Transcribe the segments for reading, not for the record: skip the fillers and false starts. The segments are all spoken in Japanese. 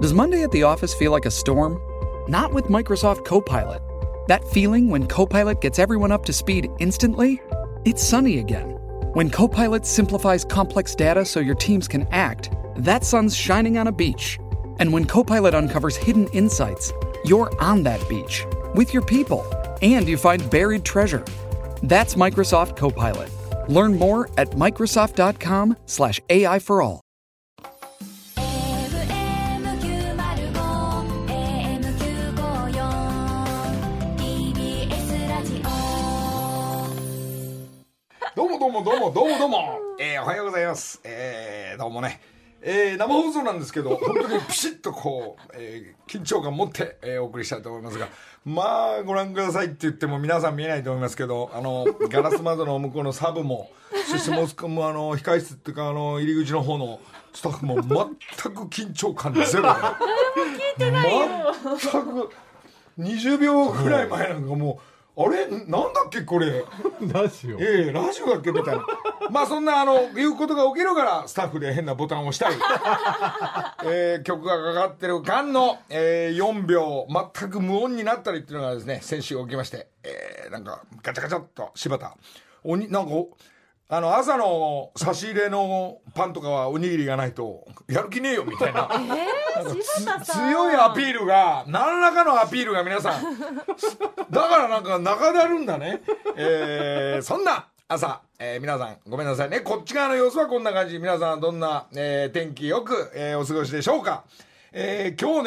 Does Monday at the office feel like a storm? Not with Microsoft Copilot. That feeling when Copilot gets everyone up to speed instantly? It's sunny again. When Copilot simplifies complex data so your teams can act, that sun's shining on a beach. And when Copilot uncovers hidden insights, you're on that beach with your people, and you find buried treasure. That's Microsoft Copilot. Learn more at Microsoft.com/AI for all. どうも、おはようございます。どうもね、生放送なんですけど、本当にピシッとこう、緊張感持って、お送りしたいと思いますが、まあご覧くださいって言っても皆さん見えないと思いますけど、ガラス窓の向こうのサブも、そしてもう控室っていうか入り口の方のスタッフも全く緊張感ゼロ。誰も聞いてないよ。全く20秒ぐらい前なんかもう。あれなんだっけこれラジオラジオだっけみたいなまあそんないうことが起きるからスタッフで変なボタンを押したり、曲がかかってる間の、4秒全く無音になったりっていうのがですね先週起きまして、なんかガチャガチャっと柴田なんか朝の差し入れのパンとかはおにぎりがないとやる気ねえよみたいな、なんか強いアピールが何らかのアピールが皆さんだからなんか中だるんだね、そんな朝、皆さんごめんなさいね。こっち側の様子はこんな感じ。皆さんどんな、天気よく、お過ごしでしょうか。今日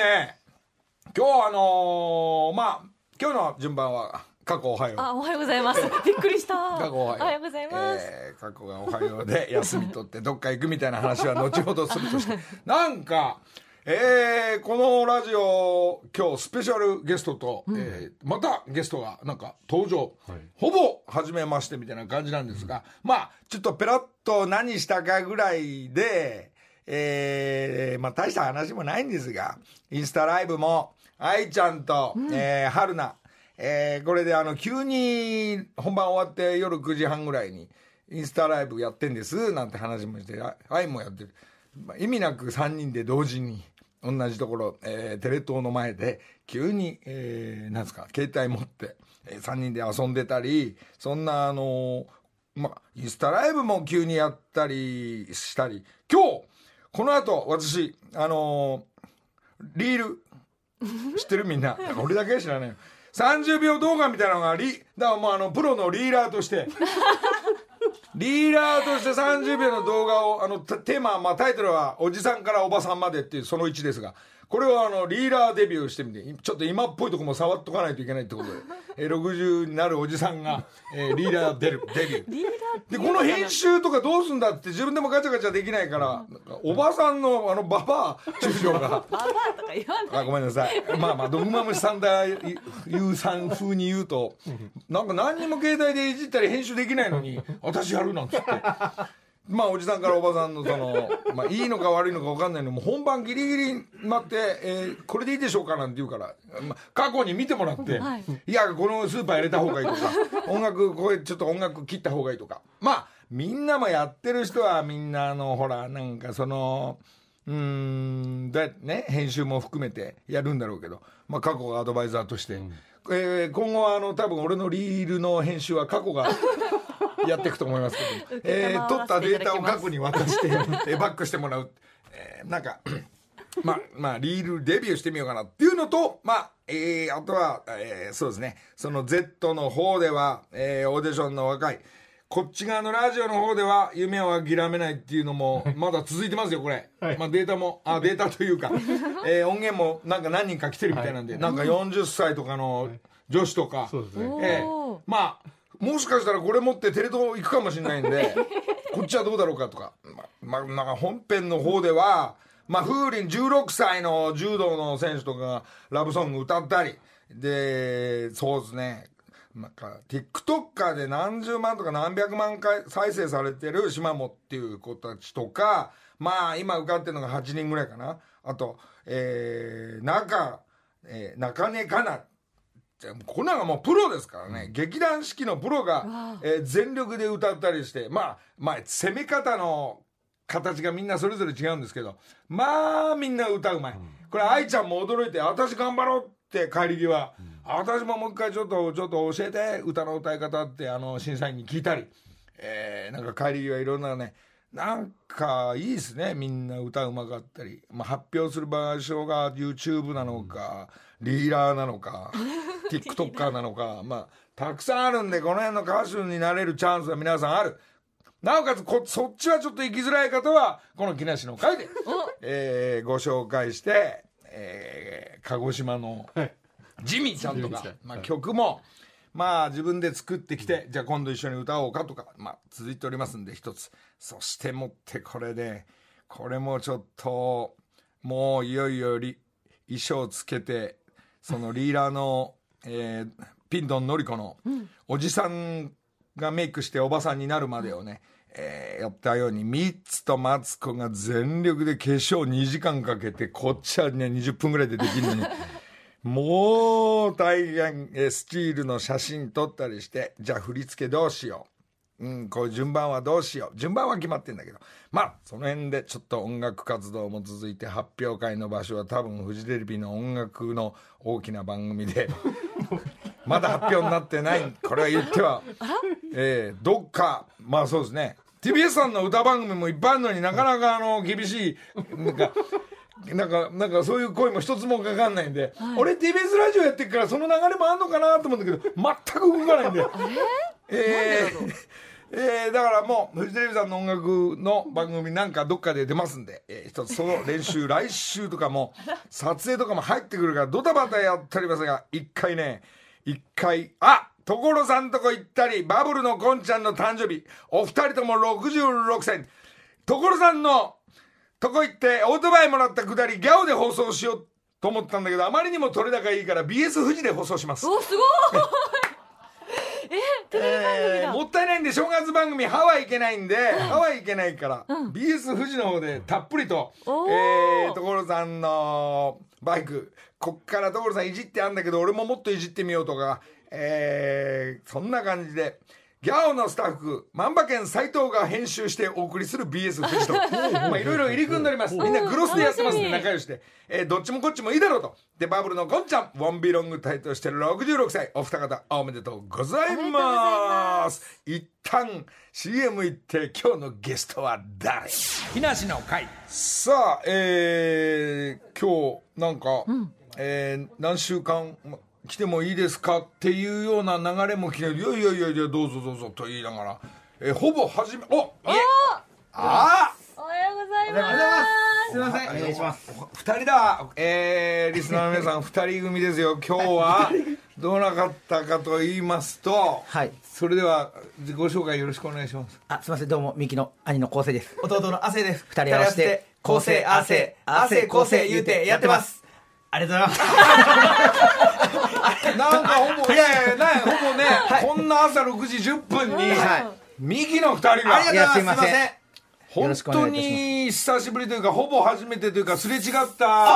今日の順番は過去おはよう。 おはようございます。びっくりした。 過去おはよう。 おはようございます。 過去がおはようで休み取ってどっか行くみたいな話は後ほどするとしてなんか、このラジオ今日スペシャルゲストと、またゲストがなんか登場、ほぼ初めましてみたいな感じなんですが、まあちょっとペラッと何したかぐらいで、まあ大した話もないんですが、インスタライブも愛ちゃんと、春菜これで急に本番終わって夜9時半ぐらいにインスタライブやってんですなんて話もして、愛もやってる、意味なく3人で同時に同じところ、テレ東の前で急に、なんですか携帯持って、3人で遊んでたり、そんなインスタライブも急にやったりしたり、今日この後私リール知ってるみんな俺だけ知らないよ。30秒動画みたいなのがだからもうプロのリーダーとして30秒の動画をテーマ、タイトルはおじさんからおばさんまでっていうその1ですが、これをリーダーデビューしてみて、ちょっと今っぽいとこも触っとかないといけないってことで、60になるおじさんが、リーダーデビューで、この編集とかどうすんだって自分でもガチャガチャできないから、おばさんのババア中将がババアとか言わない。 ごめんなさい。ドグマムシサンダーユーさん風に言うと、なんか何にも携帯でいじったり編集できないのに私やるなんつっておじさんからおばさんのいいのか悪いのか分かんないのも本番ギリギリ待って、これでいいでしょうかなんて言うから、過去に見てもらって、いやこのスーパー入れた方がいいとかこれちょっと音楽切った方がいいとか、みんなもやってる人はみんなほらなんか編集も含めてやるんだろうけど、過去がアドバイザーとして、今後は多分俺のリールの編集は過去がやっていくと思いますけど、取ったデータを過去に渡してバックしてもらう、なんかリールデビューしてみようかなっていうのと、あとは、そうですね、その Z の方では、オーディションの若いこっち側のラジオの方では夢を諦めないっていうのもまだ続いてますよこれ、データもデータというか、音源もなんか何人か来てるみたいなんで、なんか40歳とかの女子とか、 そうですね、 もしかしたらこれ持ってテレ東行くかもしれないんでこっちはどうだろうかとか、なんか本編の方では風鈴16歳の柔道の選手とかがラブソング歌ったりで、そうですね、なんか TikToker で何十万とか何百万回再生されてる島もっていう子たちとか、今受かってるのが8人ぐらいかな。あと、中根かな、こんなのがもうプロですからね、劇団四季のプロが、全力で歌ったりして、攻め方の形がみんなそれぞれ違うんですけど、みんな歌うまい、 これ愛ちゃんも驚いて、私頑張ろうって帰り際、私ももう一回ちょっと教えて歌の歌い方って審査員に聞いたり、なんか帰り際いろんなね、なんかいいですね、みんな歌うまかったり、発表する場所が YouTube なのか、リーラーなのかTikToker なのか、たくさんあるんで、この辺の歌手になれるチャンスが皆さんある。なおかつそっちはちょっと行きづらい方はこの木梨の会で、ご紹介して、鹿児島のジミーちゃんとか、曲も自分で作ってきて、じゃあ今度一緒に歌おうかとか、続いておりますんで一つ。そしてもってこれで、これもちょっともういよいよ衣装つけて、そのリーラーの、ピンドンのりこのおじさんがメイクしておばさんになるまでをね、やったようにミッツとマツコが全力で化粧2時間かけて、こっちはね20分ぐらいでできるのにもう大変スチールの写真撮ったりして、じゃあ振り付けどうしよう、こういう順番はどうしよう、順番は決まってんだけど、その辺でちょっと音楽活動も続いて、発表会の場所は多分フジテレビの音楽の大きな番組でまだ発表になってない。これは言ってはどっかそうですね、 TBS さんの歌番組もいっぱいあるのになかなか厳しいなんかそういう声も一つもかかんないんで、俺 TBS ラジオやってるからその流れもあんのかなと思うんだけど、全く動かないんでだからもうフジテレビさんの音楽の番組なんかどっかで出ますんで、一つその練習来週とかも撮影とかも入ってくるからドタバタやっておりますが、一回所さんとこ行ったり、バブルのこんちゃんの誕生日、お二人とも66歳、所さんのとこ行ってオートバイもらったくだりギャオで放送しようと思ったんだけど、あまりにも取れ高いいから BS 富士で放送します。 お、すごいテレビ番組だ。 もったいないんで、正月番組ハワイ行けないんで、ハワイ行けないから、BS 富士の方でたっぷりと、所さんのバイク、こっから所さんいじってあんだけど俺ももっといじってみようとか、そんな感じでギャオのスタッフ万馬券斉藤が編集してお送りする BS 富士といろいろ入り組んでおります。みんなグロスでやってますんで仲良しで、どっちもこっちもいいだろうと。でバブルのこんちゃんウォンビロング隊として66歳、お二方おめでとうございます。一旦 CM 行って、今日のゲストは誰？木梨の会。さあ、今日なんか、何週間来てもいいですかっていうような流れも来て、いやどうぞどうぞと言いながら、ほぼ初め、おはようございます。 すいません、お願いします。 2人だ、リスナーの皆さん2人組ですよ。今日はどうなかったかと言いますと、それでは自己紹介よろしくお願いします。 すいません、どうもミキの兄の昴生です。 弟の亜生です。 2人合わせて昴生亜生昴生言うてやってます。ありがとうございますなんかほぼね、こんな朝6時10分に、ミキの2人が、 ありがとうございます。すいません。 本当に久しぶりというか、ほぼ初めてというか、すれ違った。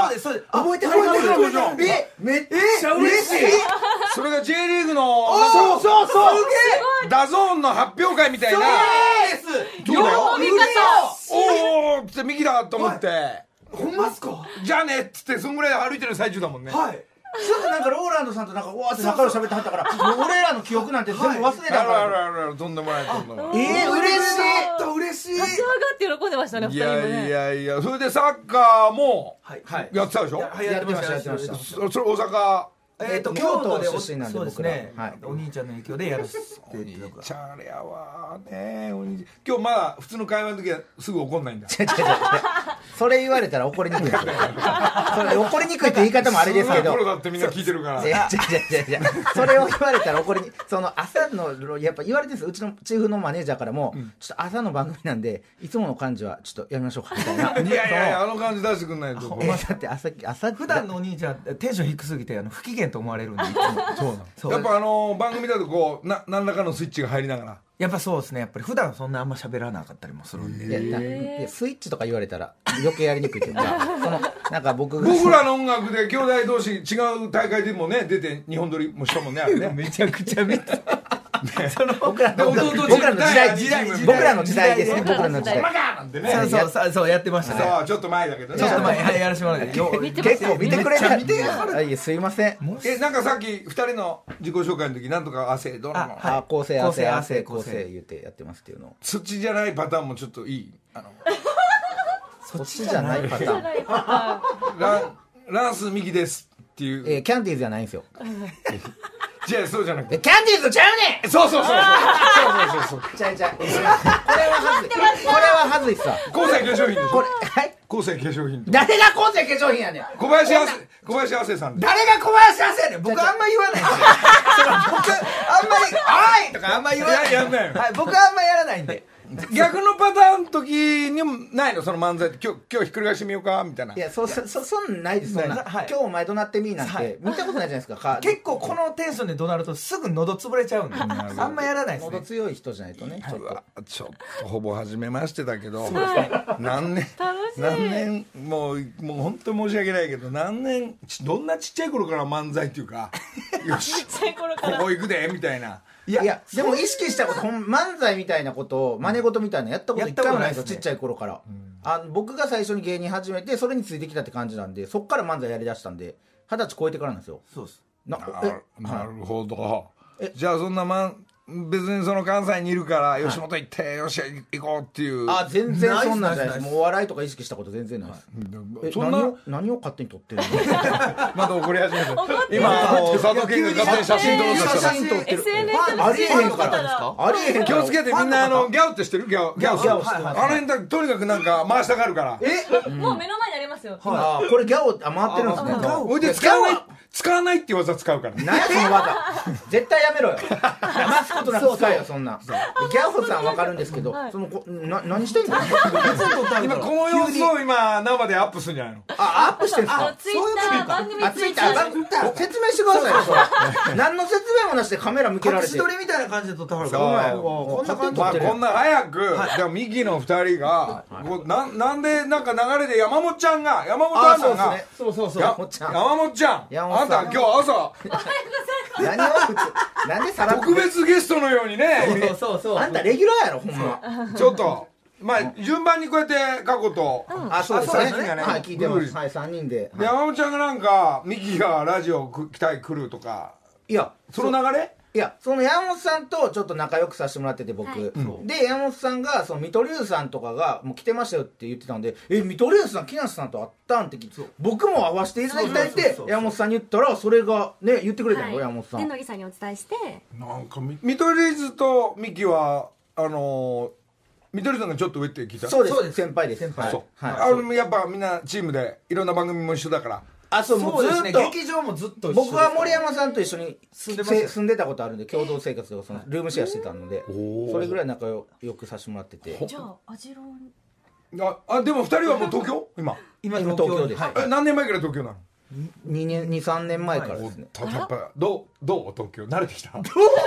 そうです、そうです。覚えてはる。めっちゃ嬉しい。 それが J リーグの、 そうダゾーンの発表会みたいな。 そうです。 よう見方。 おーってミキだと思って。 ほんまっすか？ じゃあねっつって、そんぐらい歩いてる最中だもんね。 はい。ちょっとなんかローランドさんとなんかわーって仲良く喋ってはったから、もう俺らの記憶なんて全部忘れたから。 あるとんでもないとんでもない。 嬉しい。 立ち上がって喜んでましたね、2人もね。 いや、それでサッカーもやってたでしょ？ やってました。 それ大阪。 京都で出身なんで僕ら、 お兄ちゃんの影響でやらせてお兄ちゃんあれやわね。今日まだ普通の会話の時はすぐ怒んないんだ。 それ言われたら怒りにくい。それ怒りにくいって言い方もあれですけど、 プロだってみんな聞いてるから。 それを言われたら怒りに、その朝のやっぱ言われてるんです。うちのチーフのマネージャーからも、ちょっと朝の番組なんでいつもの感じはちょっとやめましょうかみたいな。 いやあの感じ出してくんないと。 だって朝普段のお兄ちゃんテンション低すぎて不機嫌と思われるんで、いつも。 やっぱ番組だとこう何らかのスイッチが入りながら。 やっぱそうですね。やっぱり普段そんなあんま喋らなかったりもするんで。 いやスイッチとか言われたら余計やりにくいというか、なんか僕らの音楽で兄弟同士違う大会でもね出て日本撮りもしたもんね、あれね。 めちゃくちゃ見た。 僕らの弟僕らの時代時代僕らの時代ですね。僕らの時代。 マカーなんてねそうやってましたね。 そうちょっと前だけどねちょっと前やらせてもらって結構見てくれた。いやすいません。 なんかさっき2人の自己紹介の時なんとか汗どうなの構成汗言ってやってますっていうの。 そっちじゃないパターンもちょっといいそっちじゃないパターン。 ランス右ですっていうキャンディーズじゃないんですよ。 じゃあそうじゃなくてキャンディーズちゃうねん。 そうちゃう。これははずいさ。 後世化粧品でしょこれはい後世化粧品誰が後世化粧品やねん。 小林亜生さんで誰が小林亜生やねん。僕あんま言わないんですよ。僕あんまり「おい!」とかあんま言わない。 やんないよはい、僕あんまやらないんで。 逆のパターンの時にもないのその漫才って今日ひっくり返してみようかみたいないやそんないですそんな。 はい今日お前怒鳴ってみーなんて見たことないじゃないですか。 結構このテンションで怒鳴るとすぐ喉潰れちゃうんであんまやらないですね。 喉強い人じゃないとね。ちょっとちょっとほぼ初めましてだけど何年もう本当に申し訳ないけど何年どんなちっちゃい頃から漫才っていうかよしここ行くでみたいな。 いやでも意識したこと漫才みたいなことを真似事みたいなやったこと一回もないですよ。ちっちゃい頃から僕が最初に芸人始めてそれについてきたって感じなんでそっから漫才やりだしたんで20歳超えてからなんですよ。 そうです。 なるほど。じゃあそんな別にその関西にいるから吉本行ってよし行こうっていう全然そんなんじゃないです。もうお笑いとか意識したこと全然ないです。 そんな何を勝手に撮ってるの。 まだ怒り始めた今佐藤健が勝手に写真撮ろうとしたら SNS ありえへんからありえへん気をつけてみんなギャオって知ってるギャオギャオしてます。 あの辺だとにかくなんか回したがるからもう目の前にありますよ。 これギャオ回ってるんですね。 ほいで使わないっていう技使うから何やその技。絶対やめろよ。余すことなく使えよそんな。ギャオさんわかるんですけどその何してんの。 今この様子を今生でアップするんじゃないの。 アップしてんすか。 ツイッター番組ツイッター説明してくださいよそれ。何の説明もなしでカメラ向けられて。 隠し撮りみたいな感じで撮った方がこんな感じで。 こんな早くでもミキの2人がなんでなんか流れで山本さんが山本さんがそう山本ちゃんあんた今日朝何をなんでさらっと特別ゲストのようにねそうあんたレギュラーやろほんま。 ちょっと順番にこうやって過去とそうですね。 はい聞いてます。はい3人で。 山本ちゃんがなんかミキがラジオ来るとかいやその流れ。 いやその山本さんとちょっと仲良くさせてもらってて僕で山本さんがその見取り図さんとかがもう来てましたよって言ってたんで見取り図さん木梨さんと会ったんって聞いて僕も会わせていただきたいって山本さんに言ったらそれがね言ってくれたの山本さん。 で乃木さんにお伝えしてなんか見取り図とミキは見取り図がちょっと上って聞いた。 そうです先輩です。 そうやっぱみんなチームでいろんな番組も一緒だからそうですね。劇場もずっと僕は森山さんと一緒に住んでたことあるんで共同生活でそのルームシェアしてたのでそれぐらい仲良くさせてもらってて。 じゃあアジロンでも2人はもう東京今東京です。 何年前から東京なの。 2,3 年前からですね。 やっぱどう東京慣れてきた。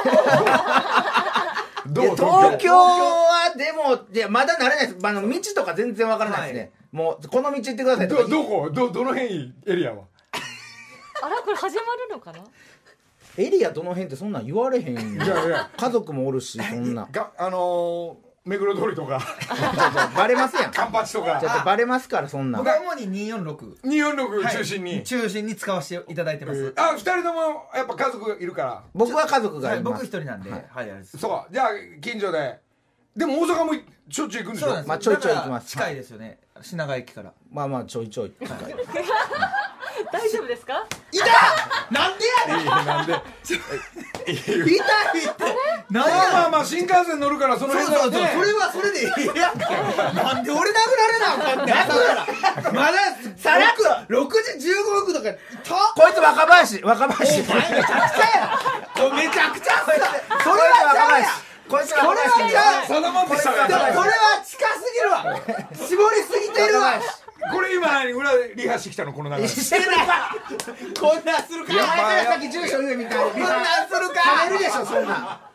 東京はでもまだ慣れないです。道とか全然わからないですね。もうこの道行ってくださいとか。 どの辺エリアは。 あらこれ始まるのかな。 エリアどの辺ってそんなん言われへん。 いや家族もおるしそんな目黒通りとかバレますやん。 カンパチとかバレますからそんな。 僕は主に246中心に使わせていただいてます。 2人ともやっぱ家族いるから。 僕は家族がいます。 僕一人なんでそうじゃあ近所ででも大阪もしょっちゅう行くんでしょ。 ちょいちょい行きます。 近いですよね品川駅から。 ちょいちょい大丈夫ですか。 なんでやねん。 なんで痛いってまあ新幹線乗るからその辺だね。 それはそれでいいやんけ。なんで俺殴られなあかんねん。朝からまださらっと6時15分とかこいつ若林お前めちゃくちゃやめちゃくちゃそれは若林こいつ若林定まってしたからこれは近すぎるわ。絞りすぎてるわ。 これ今裏でリハしてきたのこの流れ。 してないこんなんするか。 お前からさっき住所言うみたいにこんなんするか。 食べるでしょそんな。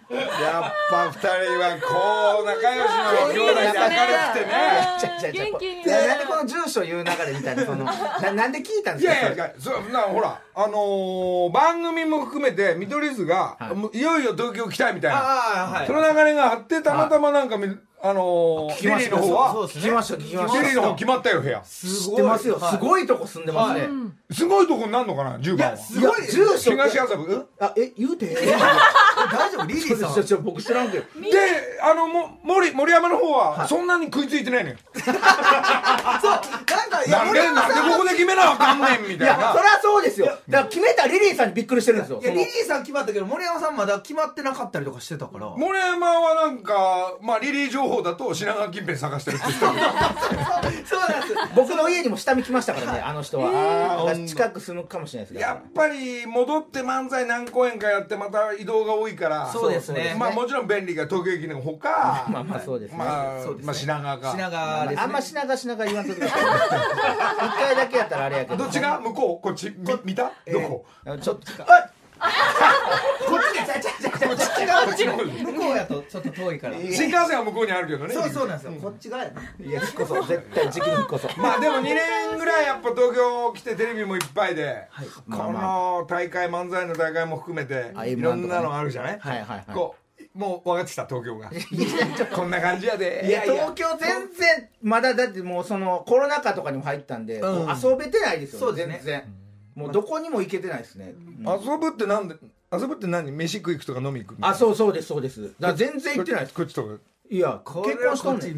やっぱ二人はこう仲良しの兄弟で明るくてね。 元気になんでこの住所言う流れみたいななんで聞いたんですか。 いやほら番組も含めて見取り図が、いよいよ東京来たいみたいな、その流れがあってたまたまなんかリリーの方は聞きましたリリーの方決まったよ部屋。 知ってますよ。すごいとこ住んでますね。 すごいとこになるのかな10番は。 すごい住所東麻布。 言うて大丈夫リリーさん。 僕知らんけど。 で森山の方はそんなに食いついてないのよ。 そうなんかなんでここで決めなあかんねんみたいな。 いやそりゃそうですよ。だから決めたリリーさんにびっくりしてるんですよ。 いやリリーさん決まったけど森山さんまだ決まってなかったりとかしてたから。 森山はなんかリリー情報だと品川近辺探してるって言ってたけど。 そうなんです。 僕の家にも下見来ましたからね、あの人は。近く住むかもしれないですけど。 やっぱり戻って漫才何公演かやってまた移動が多いから。 そうですね。 もちろん便利が東京駅のほか、 そうですね。 品川か。 品川ですね。 あんま品川言わんとください。一回だけやったらあれやけど。 どっちが向こうこっち見たどこ？ ちょっと。 こっちで向こうやとちょっと遠いから。 新幹線は向こうにあるけどね。 そうなんですよ。こっち側やね。 いや引っ越そう絶対時期に引っ越そう。 でも2年ぐらいやっぱ東京来てテレビもいっぱいで、この大会漫才の大会も含めていろんなのあるじゃない。こうもう分かってきた東京が。こんな感じやで。 いや東京全然まだだってもうそのコロナ禍とかにも入ったんで遊べてないですよ。全然。もうどこにも行けてないですね。 遊ぶって何？飯食い行くとか飲み行く？ そうです。だから全然行ってないです。 こっちとか。 いや結婚しとんねん。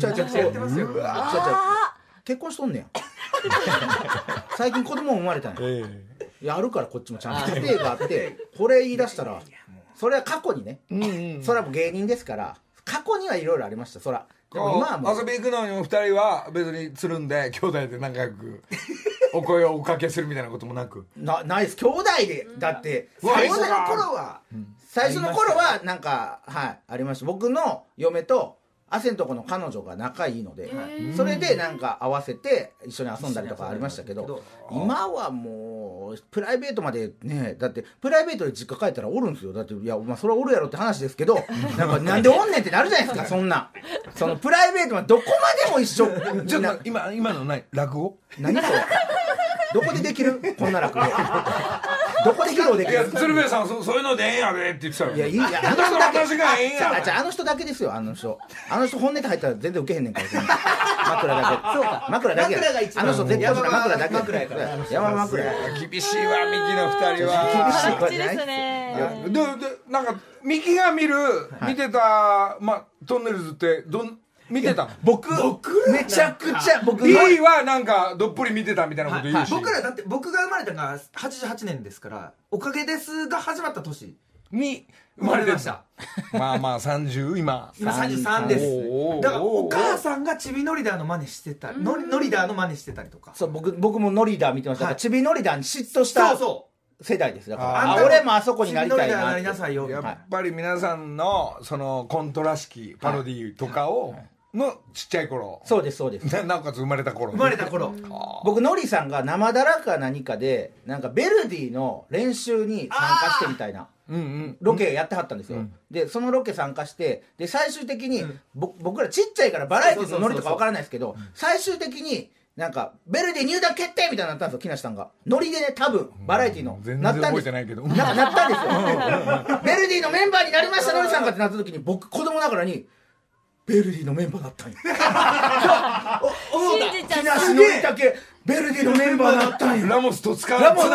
結婚しとんねん。最近子供生まれたんや。あるからこっちもちゃんと家庭があってこれ言い出したらそれは過去にね。それはもう芸人ですから過去にはいろいろありました。そら。でも今はもう遊び行くのにお二人は別につるんで兄弟で仲良くお声をおかけするみたいなこともなく。 ないです。兄弟でだって最初の頃はなんかありました。僕の嫁と汗のとこの彼女が仲いいのでそれでなんか合わせて一緒に遊んだりとかありましたけど今はもうプライベートまでね。だってプライベートで実家帰ったらおるんですよ。だっていやそれはおるやろって話ですけどなんでおんねんってなるじゃないですか。そのプライベートはどこまでも一緒。 ちょっと今のない落語？ 何それどこでできるこんな落語どこで披露できる。 鶴瓶さんそういうのでええんやでって言ってたよ。 いやあの人だけがええんや。 あの人だけですよ。あの人本ネタ入ったら全然ウケへんねんから。枕だけ。そうか。枕だけ。あの人絶対枕だけ。枕やから。山枕。 厳しいわミキの二人は。 厳しいですね。 でなんかミキが見てたトンネルズって見てたの？ 僕めちゃくちゃリリーはなんかどっぷり見てたみたいなこと言うし、 僕らだって僕が生まれたのが88年ですからおかげですが始まった年に生まれました。30今 33です。だからお母さんがチビノリダーの真似してたノリダーの真似してたりとか。 そう僕もノリダー見てました。チビノリダーに嫉妬した世代です。だから俺もあそこになりたいな。 やっぱり皆さんのそのコントらしきパロディとかをのちっちゃい頃。 そうですなおかつ生まれた頃僕ノリさんが生だらか何かでなんかベルディの練習に参加してみたいなロケやってはったんですよ。でそのロケ参加してで最終的に僕らちっちゃいからバラエティーのノリとかわからないですけど最終的になんかベルディ入団決定みたいになったんですよ。木梨さんがノリでね多分バラエティーの全然覚えてないけどなったんですよ。ベルディのメンバーになりましたノリさんがってなった時に僕子供ながらにベルディのメンバーだったんや。 信じちゃった。 木梨憲武ベルディのメンバーだったんや。 ラモスと塚津波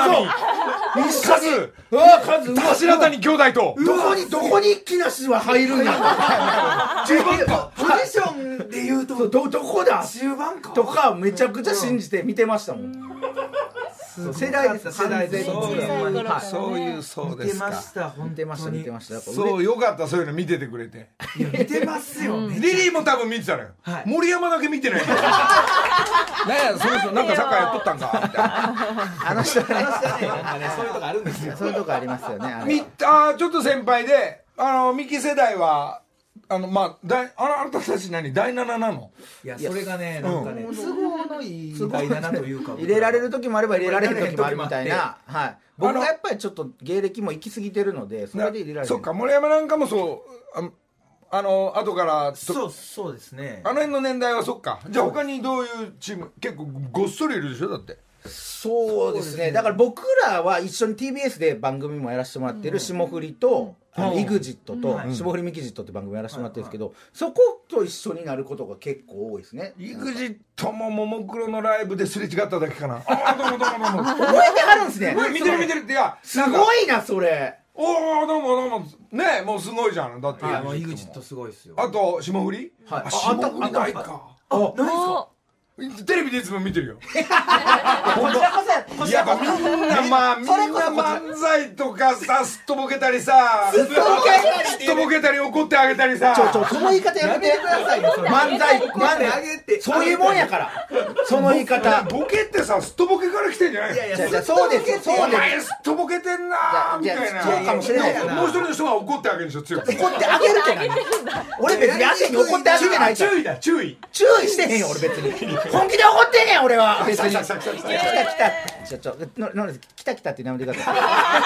カズ柱谷兄弟とどこに木梨は入るんや。 中盤かポジションで言うとどこだ中盤かとかめちゃくちゃ信じて見てましたもん。世代です。 そういうそうですか。 見てましたそうよかったそういうの見ててくれて。 見てますよ。 リリーも多分見てたのよ。森山だけ見てない。ねえその人なんかサッカーやっとったんかみたいな。 あの人ねそういうとこあるんですよ。 そういうとこありますよね。 ちょっと先輩でミキ世代はまああなたたち第7なの？ いやそれがねなんかね都合のいい第7というか入れられる時もあれば入れられへん時もあるみたいな、はい、僕がやっぱりちょっと芸歴も行き過ぎてるのでそれで入れられる。 そっか、森山なんかもそう後からそうですね。 あの辺の年代はそっか。じゃあ他にどういうチーム結構ごっそりいるでしょだって。 そうですね。だから僕らは一緒に TBS で番組もやらせてもらってる霜降りとEXIT と霜降りミキジットって番組やらせてもらってるんですけど、そこと一緒になることが結構多いですね。 EXIT もももクロのライブですれ違っただけかな。あ、どうも覚えてはるんですね。 見てるって。いやすごいなそれ。 おお、どうもね、もうすごいじゃん。だって EXIT すごいですよ。 あと霜降り、 はい、 霜降りないか。 ないですか。 テレビでいつも見てるよ。 こちらこそこちらこそみんな漫才とかさ、すっとぼけたりさ、すっとぼけたり怒ってあげたりさ、 その言い方やめてくださいよ。漫才あげてそういうもんやから。その言い方ボケってさ、すっとぼけから来てんじゃないの？ いやそうですよ。 お前すっとぼけてんなみたいな。 そうかもしれない。 もう一人の人が怒ってあげるんでしょ。強く怒ってあげるって何？俺別に相手に怒ってあげてないから。注意してへんよ俺別に。本気で怒ってんねん俺は別に。来たってやめてくださ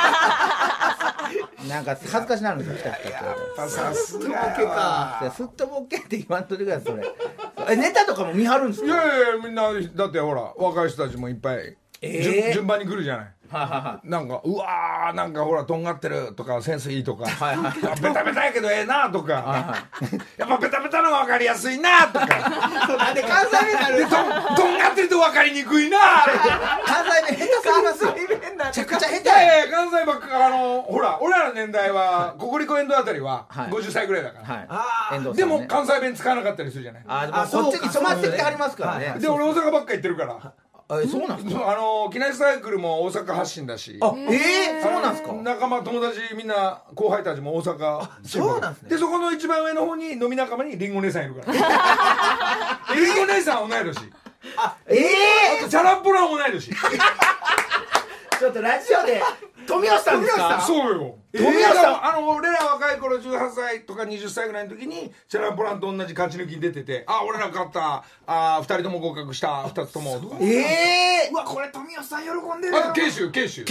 い。なんか恥ずかしなるんですよ。来たって。 さすがか。すっとぼけって言わんといてくださいそれ。ネタとかも見張るんですか？ いやみんなだってほら若い人たちもいっぱい順番に来るじゃない。なんかうわーなんかほらとんがってるとかセンスいいとかベタベタやけどええなとかやっぱベタベタのが分かりやすいなとかなんで関西弁になる。 とんがってると分かりにくいな。 関西弁下手すぎますよ。めちゃくちゃ下手。 関西ばっかほら俺らの年代はココリコエンドあたりは50歳ぐらいだからでも関西弁使わなかったりするじゃない。 こっちに染まってきてはりますからね。 で俺大阪ばっか行ってるから。 そうなんですか。 木梨サイクルも大阪発信だし。 そうなんですか。 仲間友達みんな後輩たちも大阪。 そうなんですね。 でそこの一番上の方に飲み仲間にリンゴ姉さんいるからリンゴ姉さん同い年。あとチャランポラン同い年。 ちょっとラジオで富吉さんですか。 そうよ。富吉さん俺ら若い頃18歳とか20歳ぐらいの時にチャランポランと同じ勝ち抜きに出てて、俺ら勝った、2人とも合格した、2つともとか。 うわこれ富吉さん喜んでる。 あと慶州 K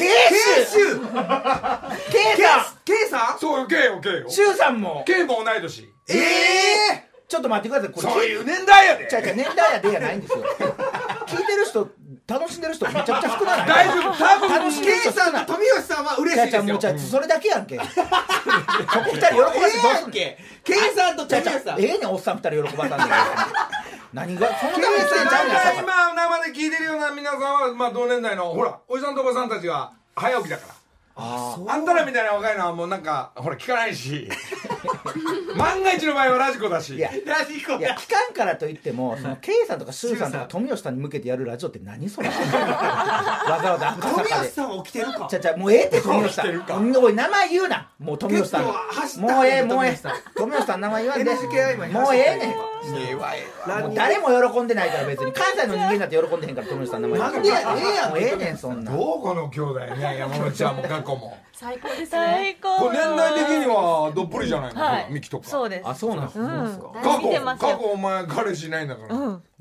さん。 そうよ K よ周さんも K も同い年。 ちょっと待ってください。これそういう年代やで。 年代やでやないんですよ。聞いてる人楽しんでる人めちゃくちゃ少ない。 大丈夫。多分楽しんでる人さんと富吉さんは嬉しいですよ。 それだけやんけ。そこ2人喜ばせてどうすんけ。 K さんと富吉さん。 ねおっさん2人喜ばさんで。何がそのためにしてんちゃうんや。 今生で聞いてるような皆さんはまあ同年代のほらおじさんとおばさんたちが早起きだから。あんたらみたいな若いのはもうなんかほら聞かないし万が一の場合はラジコだし。 ラジコだ。 いや聞かんからといってもその K さんとか周さんとか富吉さんに向けてやるラジオって何それ。わざわざ富吉さんは起きてるか。 もうええって富吉さん。おい名前言うな。もう富吉さん。もうええ富吉さん名前言わんで。もうええねん。もう誰も喜んでないから別に関西の人間だって喜んでへんから富吉さん名前。なんでやもうええねんそんな。 どうこの兄弟ね山本ちゃんも過去も。 最高ですね。 これ年代的にはどっぷりじゃないの。ミキとか。 そうです。 あそうなんです過去お前彼氏いないんだから。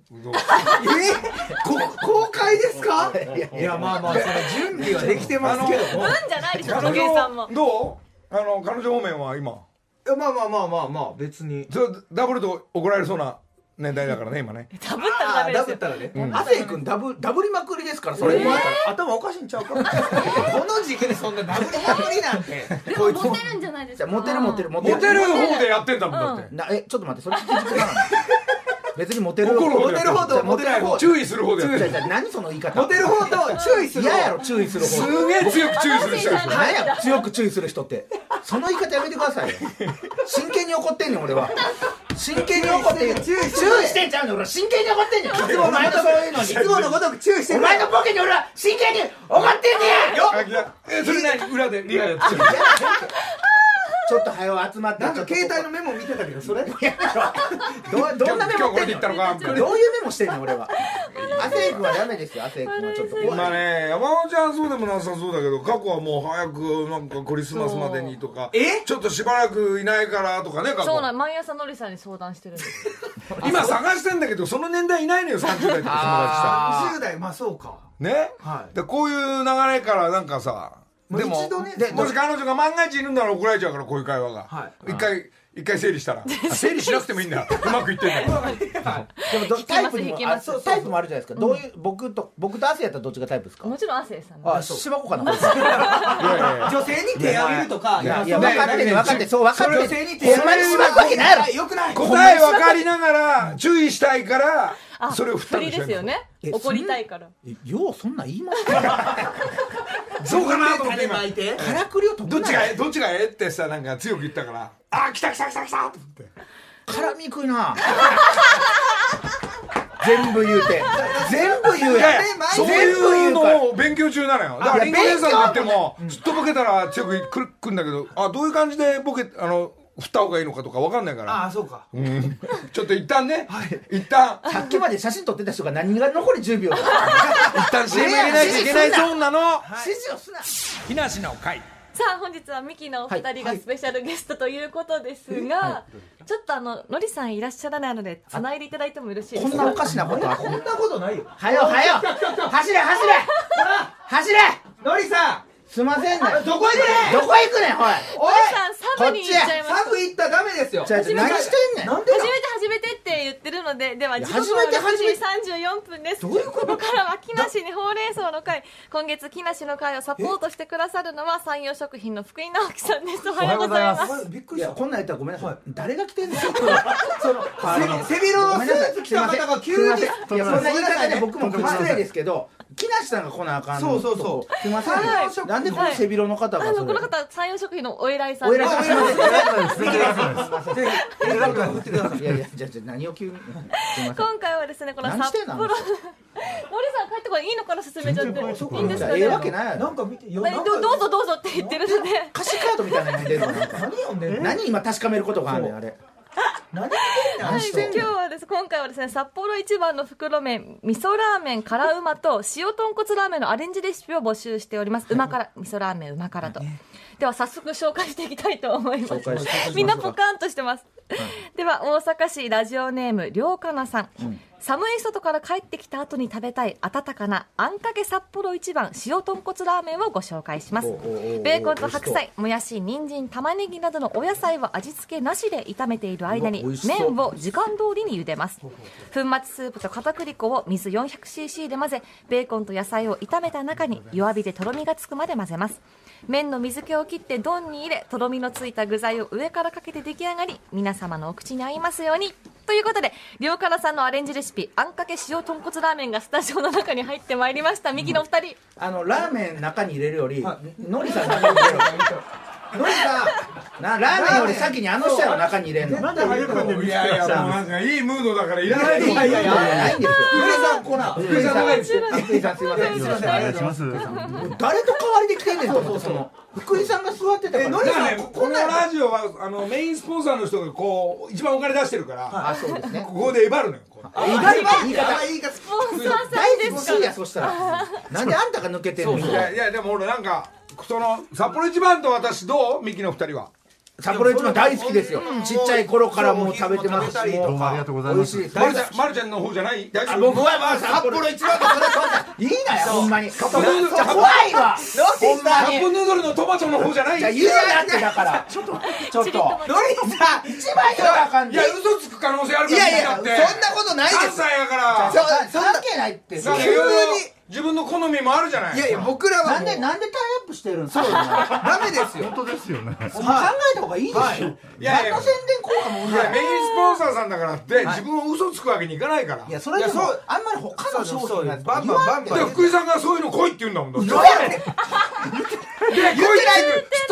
公開ですか。いやまあその準備はできてますけども。 じゃないでしょ。土下さんも。 どう彼女方面は今。 まあ別に。 ダブルと怒られそうな年代だからね今ね。 ダブったらダメですよ。 ダブったらね。 亜生君ダブりまくりですからそれ。頭おかしいんちゃうか。この時期でそんなダブりまくりなんて。 でもモテるんじゃないですか。 モテる方でやってんだもんだって。 ちょっと待ってそれ聞きづらい。別にモテる方とモテない方。 注意する方でやってる。 何その言い方。 モテる方と注意する方。 嫌やろ注意する方。 すげえ強く注意する人ですよ。 何や強く注意する人って。その言い方やめてくださいよ。真剣に怒ってんねん俺は。真剣に怒ってん。注意してんちゃうねん俺は真剣に怒ってんねん。いつもお前のそういうのに。いつものごとく注意してん。お前のボケに俺は真剣に怒ってんねん。 それ何裏でリアルやってる。 ちょっと早う集まってなんか携帯のメモ見てたけどそれどんなメモ今日これでいったのかどういうメモしてんの俺は亜生君はダメですよ。亜生君はちょっと怖い。 まあね、山本ちゃんそうでもなさそうだけど、過去はもう早くなんかクリスマスまでにとか、ちょっとしばらくいないからとかね、過去。 そうなん、毎朝のりさんに相談してるんです今探してんだけど、その年代いないのよ、30代とか友達さ。 20代まあそうかね、 はいでこういう流れからなんかさ、でも一度ねもし彼女が万が一いるんなら怒られちゃうから、こういう会話が、 は一回整理したら整理しなくてもいいんだ、うまくいってんだよでもタイプにもそうタイプもあるじゃないですか。どういう僕と亜生やったらどっちがタイプですか。 もちろん亜生さんあ、しばこかな。 いやいや女性に手あげるとかいや分かってる分かってそう分かってる。 女性に手ほんまにしばくわけないやろ。 よくない答え分かりながら注意したいからそれを振ったんでしょ。 振りですよね。怒りたいから。 ようそんなん言いますか。 そうかなと思って今巻いてからくりを飛どっちがぶなよ。 どっちがええってさ、なんか強く言ったから、あ、来た来た来た来たって言って、 絡みにくいな。全部言うて全部言うやん。 そういうのを勉強中なのよ。だからリンゴ姉さんと言ってもずっとボケたら強くくるんだけど、あ、どういう感じでボケ振った方がいいのかとか分かんないから、 ああそうかちょっと一旦ね、一旦さっきまで写真撮ってた人が何が残り10秒だ。 一旦 CM 入れないといけないゾーンなの。 指示をすな。 木梨の会。 さあ本日はミキのお二人がスペシャルゲストということですが、ちょっとのりさんいらっしゃらないので繋いでいただいてもよろしいですか。 こんなおかしなことはこんなことないよはよはよ走れ走れ走れ。 のりさんすいませんね。 どこ行くねんどこ行くねんおい。 おいさんサブに行っちゃいました。 サブ行ったらダメですよ何してんねん。 なんで初めてって言ってるので、では時刻初めては6時34分です。 どういうこと。 ここからは木梨にほうれん草の会。今月木梨の会をサポートしてくださるのは山陽食品の福井直樹さんです。おはようございます。 びっくりしたいやこんなん言ったらごめんなさい。誰が来てんの。 その背広のスーツ着た方が急にいやそんな言い方で僕も失礼ですけど、木梨さんが来なあかんの。 そうそうすいませんね。 はいなんでこの背広の方がそれ。 この方山陽食品のお偉いさんです。 お偉いさんすいません。 なんか振ってくださいいやいやじゃあ何を急に。すいません。 今回はですね、この札何してんの幌のりさん帰ってこないいいのから進めちゃっていいんですかね。 ええわけないやろ。 なんか見てよどうぞどうぞって言ってるので。 歌詞カードみたいなの読んでるのなんか。 何読んでんの何今確かめることがあるねんあれ。何してんの。 今日はです今回はですね、札幌一番の袋麺味噌ラーメン辛うまと塩豚骨ラーメンのアレンジレシピを募集しております。うま辛味噌ラーメンうま辛と。では早速紹介していきたいと思います。みんなポカンとしてます。では大阪市ラジオネームりょうかなさん、寒い外から帰ってきた後に食べたい温かなあんかけ札幌一番塩豚骨ラーメンをご紹介します。ベーコンと白菜、もやし、人参、玉ねぎなどのお野菜は味付けなしで炒めている間に麺を時間通りに茹でます。粉末スープと片栗粉を水 400cc で混ぜ、ベーコンと野菜を炒めた中に弱火でとろみがつくまで混ぜます。麺の水気を切って丼に入れ、とろみのついた具材を上からかけて出来上がり、皆様のお口に合いますように。ということで、りょうかなさんのアレンジレシピ、あんかけ塩豚骨ラーメンがスタジオの中に入ってまいりました。ミキのお二人。 ラーメン中に入れるより、のりさん中に入れる。のりさん、ラーメンより先に人を中に入れるの。 なんで入るんでいやいや、もうなんかいいムードだからいらないと思う。 ないんですよ。 のりさんコーナー福井さん長いです。福井さんすいません。 すいませんありがとうございます誰と代わりで来てんねんと思って、その福井さんが座ってたから。 のりさんだからね、このラジオはメインスポンサーの人がこう一番お金出してるから、 あ、そうですね。 ここでえばるのよ。 言い方言い方スポンサーさん大ですか事しいや、そしたら。なんであんたが抜けてんの。 いやでも俺なんかその札幌一番と私どう？ミキの二人は。 札幌一番大好きですよ。ちっちゃい頃からもう食べてますし、もうありがとうございます。 美味しい。 まるちゃんの方じゃない？大丈夫？ 僕は札幌一番とそれいいなよ、ほんまに。 カップヌードルじゃあ怖いわ。ほんカまに。 ップヌードルのトマトの方じゃない？ じゃあ言うなってだから。ちょっと。 のりさん一番言うなあかんで。 いや嘘つく可能性あるからいやいやそんなことないです関西やから。 関係ないって。 なんかいろいろ自分の好みもあるじゃない。 いやいや僕らはなんでタイアップしてるんですか。 ダメですよ本当ですよね。 考えた方がいいですよ。 いやいや何の宣伝効果もいない。 やメインスポンサーさんだからって自分を嘘つくわけにいかないから。 いや、それでもあんまり他の商品のやつバンバンバンバンで福井さんがそういうの来いって言うんだもん。だって言われてで来いってすっとぼけるか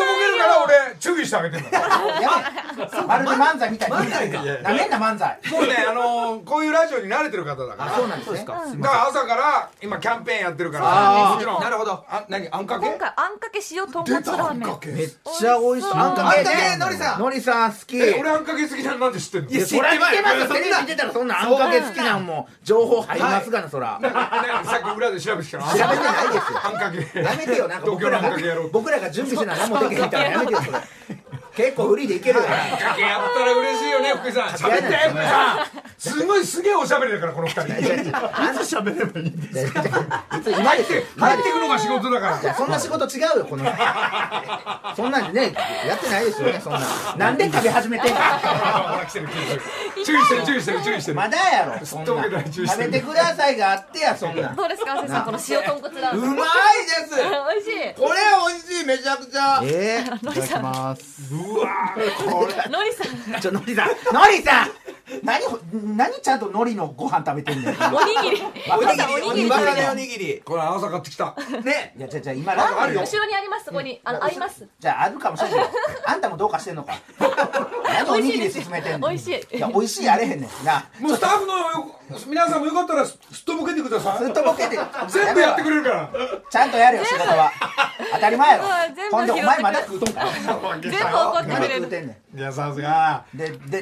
から俺注意してあげてんだやめまるで漫才みたいに漫才かなめんな漫才。 もうねこういうラジオに慣れてる方だから。 あ、そうなんですね。 だから朝から今キャンペーンやってるからあーもちろん。 なるほど。 何あんかけ今回あんかけ塩豚骨ラーメン。 めっちゃ美味しい。 あんかけねのりさんのりさん好き。 俺あんかけ好きなんで知ってんの？ いやそら見てますよ。 そんなテレビ見てたらそんなあんかけ好きなんも情報入りますがな、そら。 さっき裏で調べてきたの。 調べてないですよ。 あんかけ。 やめてよ、なんか東京のあんかけやろう。 僕らが準備して何もできへんみたいなやめてよ、それ。結構フリーでいけるよ。 あんかけやったら嬉しいよね、福井さん。喋って、福井さん。すげえおしゃべりだから、この二人。 あんた喋ればいいんですよ。今ですよ。 帰ってくのが仕事だから。 いや、そんな仕事違うよ、この。そんなんね、やってないですよね、そんな。なんで食べ始めてんの。 ほら来てる、注意してる。 まだやろ、そんな。食べてくださいがあってや、そんな。 どうですか、亜生さん、この塩豚骨ラーメン。 うまいです。 美味しい。 これ美味しい、めちゃくちゃ。 のりさん、 うわー、これ。 のりさん、 のりさん何ちゃんと海苔のご飯食べてんねん。 おにぎり。 おにぎり、 おにぎりわかめおにぎり。 これ朝買ってきた。 ね。 いや、じゃあ今ラーメンよ。 後ろにあります、そこに。あります。 じゃああるかもしれない。あんたもどうかしてんのか。何おにぎり勧めてんの。 美味しい。 いや、美味しいやれへんねんな。 もうスタッフの皆さんもよかったらすっとぼけてください。 ずっとボケて全部やってくれるから。 ちゃんとやれよ、仕事は。当たり前やろうん全。部ほんでお前まだ食うとんか。 全部怒ってまだくれる。 食うてんねん。 いや、さすが。 で、何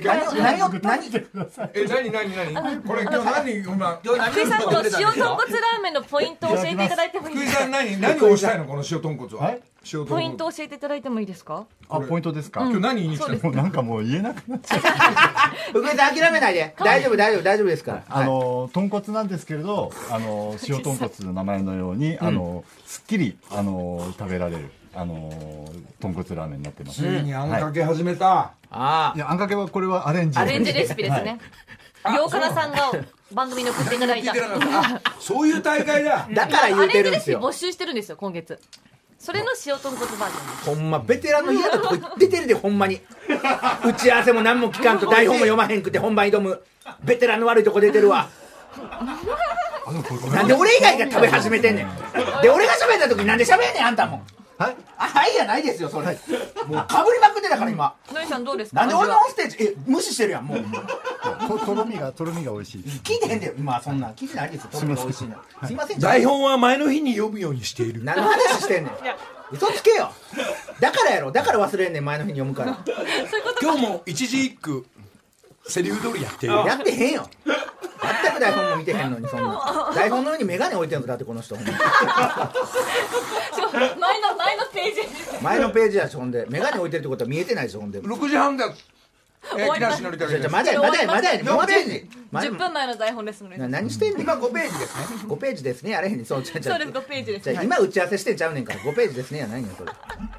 これ今日何今。 福井さん、この塩豚骨ラーメンのポイントを教えていただいてもいいですか。 福井さん何をしたいのこの塩豚骨は。塩豚骨。 ポイントを教えていただいてもいいですか。 あ、ポイントですか。 今日何言いに来たの？ もうなんかもう言えなくなっちゃう。 福井さん諦めないで。大丈夫ですから。 豚骨なんですけれど、塩豚骨の名前のように、すっきり食べられる豚骨ラーメンになってます。 ついにあんかけ始めた。 いや、あんかけはこれはアレンジレシピですね。洋辛さんが番組に送っていただいた。 そういう大会だ。 だから言うてるんですよ。 アレンジレシピ募集してるんですよ、今月。それの塩豚骨バージョン。 ほんまベテランの嫌なとこ出てるで、ほんまに。打ち合わせも何も聞かんと台本も読まへんくて本番挑むベテランの悪いとこ出てるわ。なんで俺以外が食べ始めてんねん。で俺が喋った時になんで喋んねん、あんたも。はいやないですよ、それ。もうかぶりまくってたから今。 のりさんどうですか。 なんで俺のオンステージ無視してるやん、もう。 とろみが美味しい。 聞いてへんでよ、今そんなん聞いてないですよ。とろみが美味しいの。すいません。 台本は前の日に読むようにしている。 何の話してんねん。嘘つけよ。だからやろ。だから忘れんねん、前の日に読むから。 今日も一字一句セリフ通りやってる。 やってへんよ。全く台本も見てへんのに、そんな。台本の上に眼鏡置いてんのだって、この人。ほんま前のページ。 前のページやし、ほんで眼鏡置いてるってことは見えてないでしょ、ほんで。 6時半だ。木梨憲武です。 まだやねん、4ページ。 10分前の台本ですので。 何してんねん。 今5ページですね。 5ページですね、あれへんに。そうです、 5ページです。 じゃあ今打ち合わせしてんちゃうねんから、5ページですねやないねん、それ。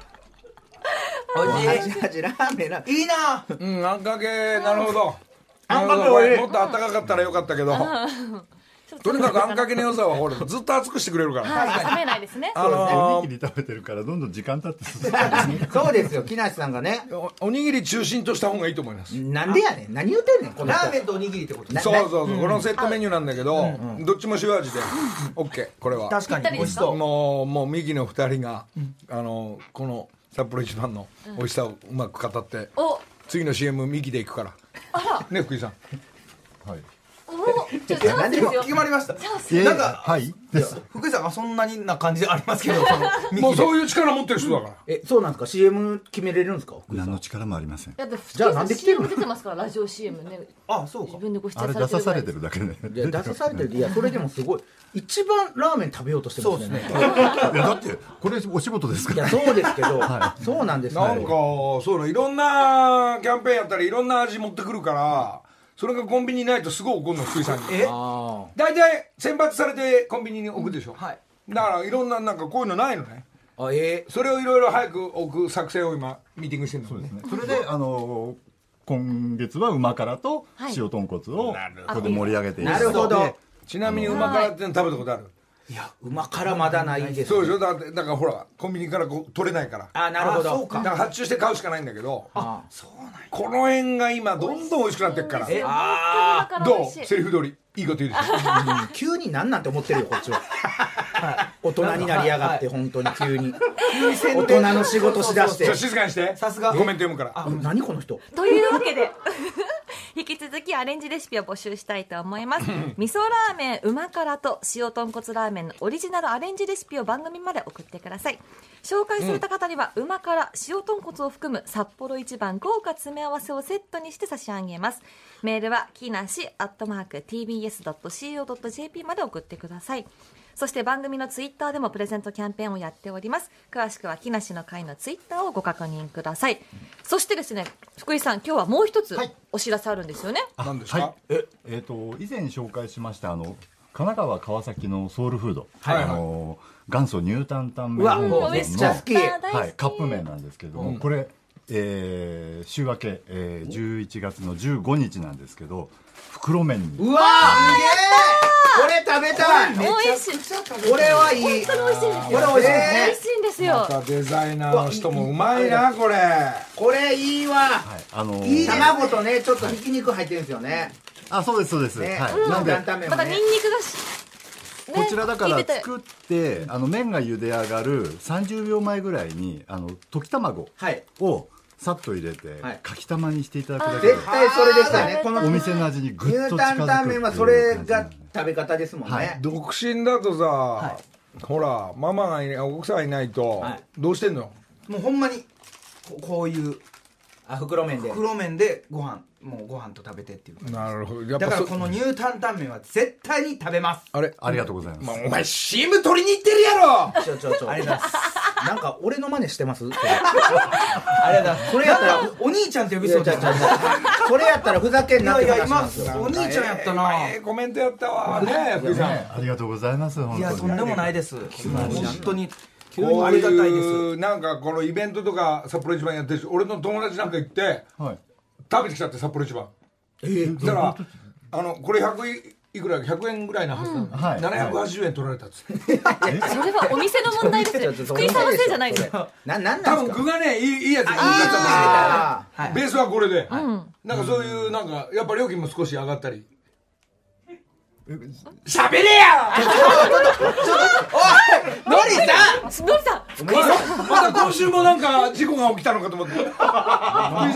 美味しい。 味ラーメンな。 いいな。 あんかけ、なるほど。 あんかけ美味しい。 もっと暖かかったらよかったけど。とにかくあんかけの良さはほらずっと熱くしてくれるから。 冷めないですね。 おにぎり食べてるからどんどん時間経って進む。 そうですよ、木梨さんがね。 おにぎり中心とした方がいいと思います。 なんでやねん、何言うてんねん、この人。 ラーメンとおにぎりってことね。 そうこのセットメニューなんだけど、どっちも塩味で OK。これは確かに美味しそう。 もう右の2人がこの札幌一番の美味しさをうまく語って、次の CM 右でいくからね、福井さん。 はい。 なんで決まりました。 なんかはい福井さんがそんなにな感じでありますけど、 もうそういう力持ってる人だから。 そうなんですか、 CM 決めれるんですか。 何の力もありません。 じゃあなんで来てるの。 CM 出てますから、ラジオ CM ね。 あ、そうか自。分でご出あれ演されてる出さされてるだけで。 いや、出さされてる。いや、それでもすごい。一番ラーメン食べようとしてますね。 いやだってこれお仕事ですから。 いや、そうですけど、そうなんですなんかそうだ、いろんなキャンペーンやったらいろんな味持ってくるから、それがコンビニないとすごい怒るの、福井さんに。大体選抜されてコンビニに置くでしょ。 はい。 だからいろんななんかこういうのないのね。 そそれをいろいろ早く置く作戦を今ミーティングしてるんですね。 それで今月は旨辛と塩豚骨をここで盛り上げていなるほど。 ちなみに旨辛っての食べたことある？ いや、旨辛まだないです。 そうでしょ。だからほらコンビニからこう取れないから。 あ、なるほど。 そうか。 だから発注して買うしかないんだけど、 そうなんや。 この辺が今どんどん美味しくなってるから。 あどう？セリフ通り。 いいこと言うでしょ。 急になんなんて思ってるよこっちは。大人になりやがって本当に急に大人の仕事しだして静かにして。 さすがコメント読むから。 何この人。 というわけで引き続きアレンジレシピを募集したいと思います。味噌ラーメンうま辛と塩豚骨ラーメンのオリジナルアレンジレシピを番組まで送ってください。紹介された方には、うま辛塩豚骨を含む札幌一番豪華詰め合わせをセットにして差し上げます。メールはきなし@tbs.co.jp まで送ってください。そして番組のツイッターでもプレゼントキャンペーンをやっております。詳しくは木梨の会のツイッターをご確認ください。そしてですね、福井さん、今日はもう一つお知らせあるんですよね。 何ですか？ 以前紹介しました神奈川川崎のソウルフード、元祖ニュータンタンメンのめっちゃ好き。 カップ麺なんですけども、これ、週明け、11月の15日なんですけど、袋麺に。 うわー、これ食べたい。 美味しい。 これはいい。 本当に美味しいんですよ。 これ美味しいですね。 美味しいんですよ。 またデザイナーの人もうまいなこれ。 これいいわ。いい卵とねちょっとひき肉入ってるんですよね。 そうですそうです。 ね、 なんでまたニンニクがこちらだから作って麺が茹で上がる30秒前ぐらいに溶き卵をさっと入れてかきたまにしていただくだけで絶対それでしたね。このお店の味にグッとニュータンタン麺はそれが食べ方ですもんね。 独身だとさ、ほらママがいない奥さんがいないとどうしてんの？ もうほんまにこういう袋麺でご飯と食べてっていう。 なるほど。 だからこのニュータンタン麺は絶対に食べます。 ありがとうございます。 お前 CM 撮りに行ってるやろ。 ちょありがとうございます。 なんか俺の真似してます？ ありがとうございます。それやったらお兄ちゃんって呼びそうじゃん。 それやったらふざけんなって話なんですよ。 お兄ちゃんやったな。 コメントやったわね、福井さん。 ありがとうございます。 いやとんでもないです。本当にこういうなんかこのイベントとか札幌一番やってるし、俺の友達なんか行って食べてきちゃって札幌一番。そしたらこれ100いくら100円ぐらいのはずなの、780円取られたっつって。 それはお店の問題ですよ。福井さんのせいじゃないですよ。 なんですか？ 多分具がねいいやつ。ベースはこれで、なんかそういうなんかやっぱ料金も少し上がったり。喋れや！ ノリさんまた今週もなんか事故が起きたのかと思って。どうか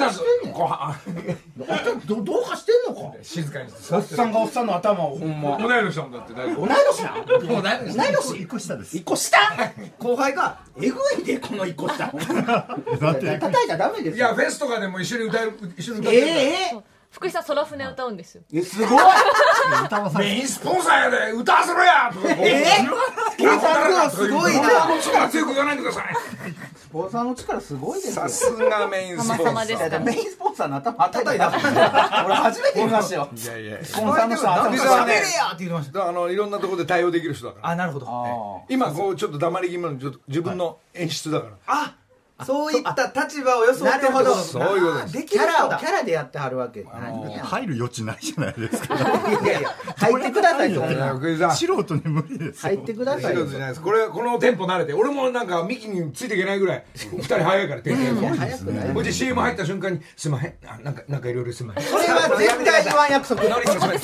してんのか。静かにして。 おっさんがおっさんの頭をほんま。 同い年だもんだって。同い年な？同い年 1個下です。 1個下？後輩がえぐいでこの1個下。叩いちゃダメですよ。 いやフェスとかでも一緒に歌ってる。 福井さん空船歌うんですよ。 すごい。 メインスポンサーやで歌わせろやとか。 スポンサーのすごいな。 力強く言わないでください。 スポンサーの力すごいですよ。 さすがメインスポンサー。 メインスポンサーの頭叩いた。俺初めて見ましたよ。 いやいや。 スポンサーの人頭喋れやって言ってました。 いろんなところで対応できる人だから。 なるほど。 今こうちょっと黙り気味の自分の演出だから。 そういった立場を装ってるってこと。 そういうことです。 キャラでやってはるわけ。 入る余地ないじゃないですか。 いやいや入ってくださいそんな。 素人に無理です。 入ってください。 素人じゃないです。このテンポ慣れて、俺もなんかミキについていけないぐらい2人早いからテンポ。 早くない。 こっち CM 入った瞬間にすまへん。なんかいろいろすまへん。 それは絶対にワン約束。それは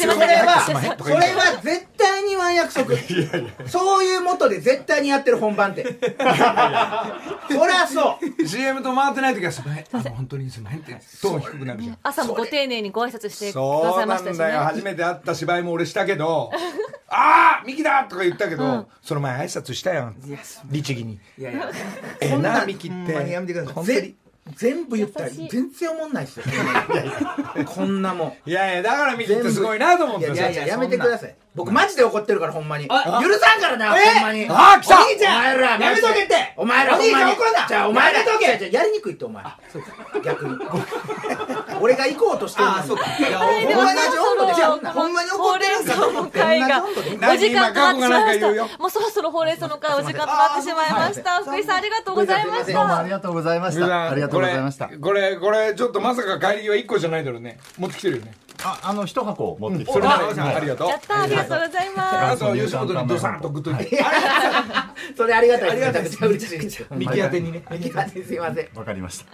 絶対にワン約束。そういうもとで絶対にやってる本番って。そりゃそう。 CM と回ってない時はすまへん。本当にすまへんってトーン低くなるじゃん。 朝もご丁寧にご挨拶してくださいましたしね。 そうなんだよ。初めて会った芝居も俺したけど、ミキだとか言ったけど、その前挨拶したよ。律儀に。 いやいや。 ミキって。 やめてください。 全部言ったら全然思んないっすよ。こんなもん。 いやいやだからミキってすごいなと思って。 いややめてください。僕マジで怒ってるからほんまに。許さんからなほんまに。 来た。 お前らやめとけって。お前らほんまに。じゃあお前らやめとけ。やりにくいってお前。逆に。俺が行こうとしてるのに。 そうか。 同じ温度でほんまに怒ってるんかと思って。 会がお時間となってしまいました。もうそろそろほうれん草の会お時間となってしまいました。福井さんありがとうございました。 どうもありがとうございました。ありがとうございました。 これちょっとまさか帰り際1個じゃないだろうね。持ってきてるよね。 一箱持ってきて。 それまでありがとう。 やったありがとうございます。 あと吉本にドサンとグッといて。 それありがたい。 ありがたいです。 ミキ宛てにね。ミキ宛てにすいません。 わかりました。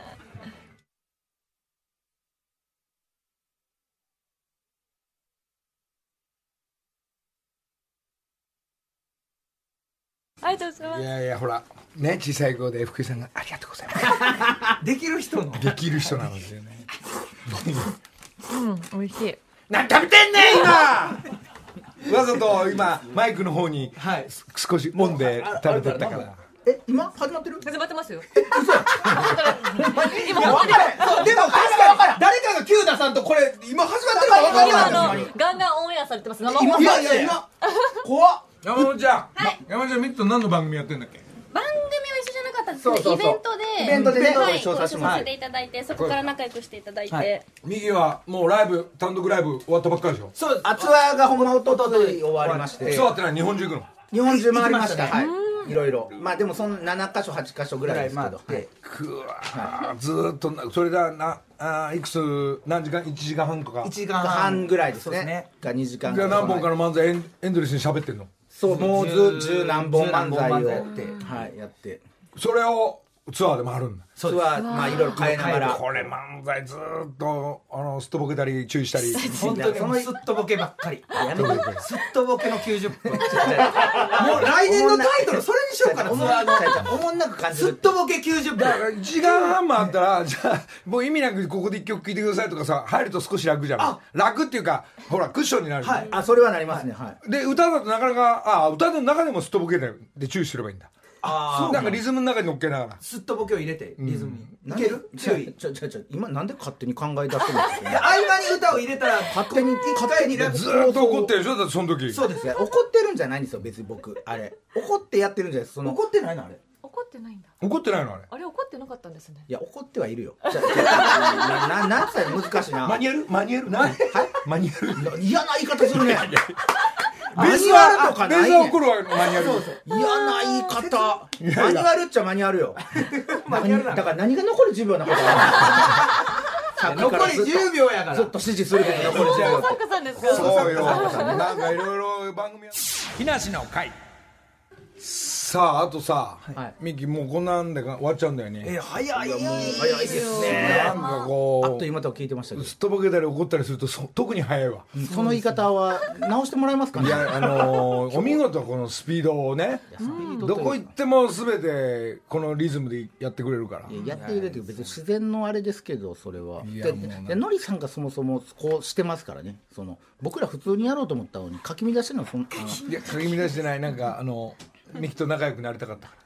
ありがとうございます。 いやいやほらね小さい子で福井さんがありがとうございますできる人のできる人なんですよね。 うん、美味しい。 何食べてんねん今。わざと今マイクの方に少しもんで食べてったから。 今始まってる？ 始まってますよ。 今分からん。でも確かに誰かがキューダさんとこれ今始まってるか分からない。 ガンガンオンエアされてます。生放送。 いや今怖っ。 山本ちゃん、山本ちゃんミット何の番組やってんだっけ？ 番組は一緒じゃなかったですね。イベントでねはいご一緒させてもらってさせていただいて、そこから仲良くしていただいて。 右はもうライブ単独ライブ終わったばっかりでしょ？ そうツアーがほんまおととい終わりまして、 ツアーってのは日本中行くの？ 日本中回りました。はいいろいろまあでもその7カ所8カ所ぐらいですけど、 くわずーっとそれだないくつ何時間1時間半とか 1時間半ぐらいですねが2時間が何本かの漫才エンドレスに喋ってんの？ そうもう十何本漫才をやってそれをツアーで回るんだ。 ツアーまあいろいろ変えながらこれ漫才ずーっとすっとぼけたり注意したり本当にもうすっとぼけばっかりすっとぼけの90分もう来年のタイトルそれにしようかな。ツアーのおもんなく感じるすっとぼけ90 だから分 1時間半もあったらじゃあもう意味なくここで1曲聴いてくださいとかさ入ると少し楽じゃん。楽っていうかほらクッションになる。 あそれはなりますね。 で歌だとなかなか歌の中でもすっとぼけないで注意すればいいんだ。なんかリズムの中に乗っけながらすっとぼけを入れてリズムにいける注意今なんで勝手に考え出してるんですか？ 合間に歌を入れたら勝手にずーっと怒ってるでしょだってその時。 そうですね怒ってるんじゃないんですよ別に僕あれ怒ってやってるんじゃないです。 怒ってないのあれ怒ってないんだ。 怒ってないのあれ。 あれ怒ってなかったんですね。 いや怒ってはいるよ。なんつったら難しいな。 マニュアルマニュアルマニュアル嫌な言い方するね。 ベースは怒るわマニュアル。 嫌な言い方。マニュアルっちゃマニュアルよ。だから何が残り10秒なこと残り10秒やからずっと指示するけど残り10秒って。 サクさんですか？ そうよなんかいろいろ番組木梨の会。さああとさミキもうこんなんで終わっちゃうんだよね。 早いですね。 なんかこうあっという間と聞いてましたけどすっとぼけたり怒ったりすると特に早いわ。 その言い方は直してもらえますかね。 いやお見事このスピードをねどこ行っても全てこのリズムでやってくれるから。 やってくれるけど別に自然のあれですけどそれはでノリさんがそもそもこうしてますからね。その僕ら普通にやろうと思ったのにかき乱してるのいやかき乱してないなんかミキと仲良くなりたかったから。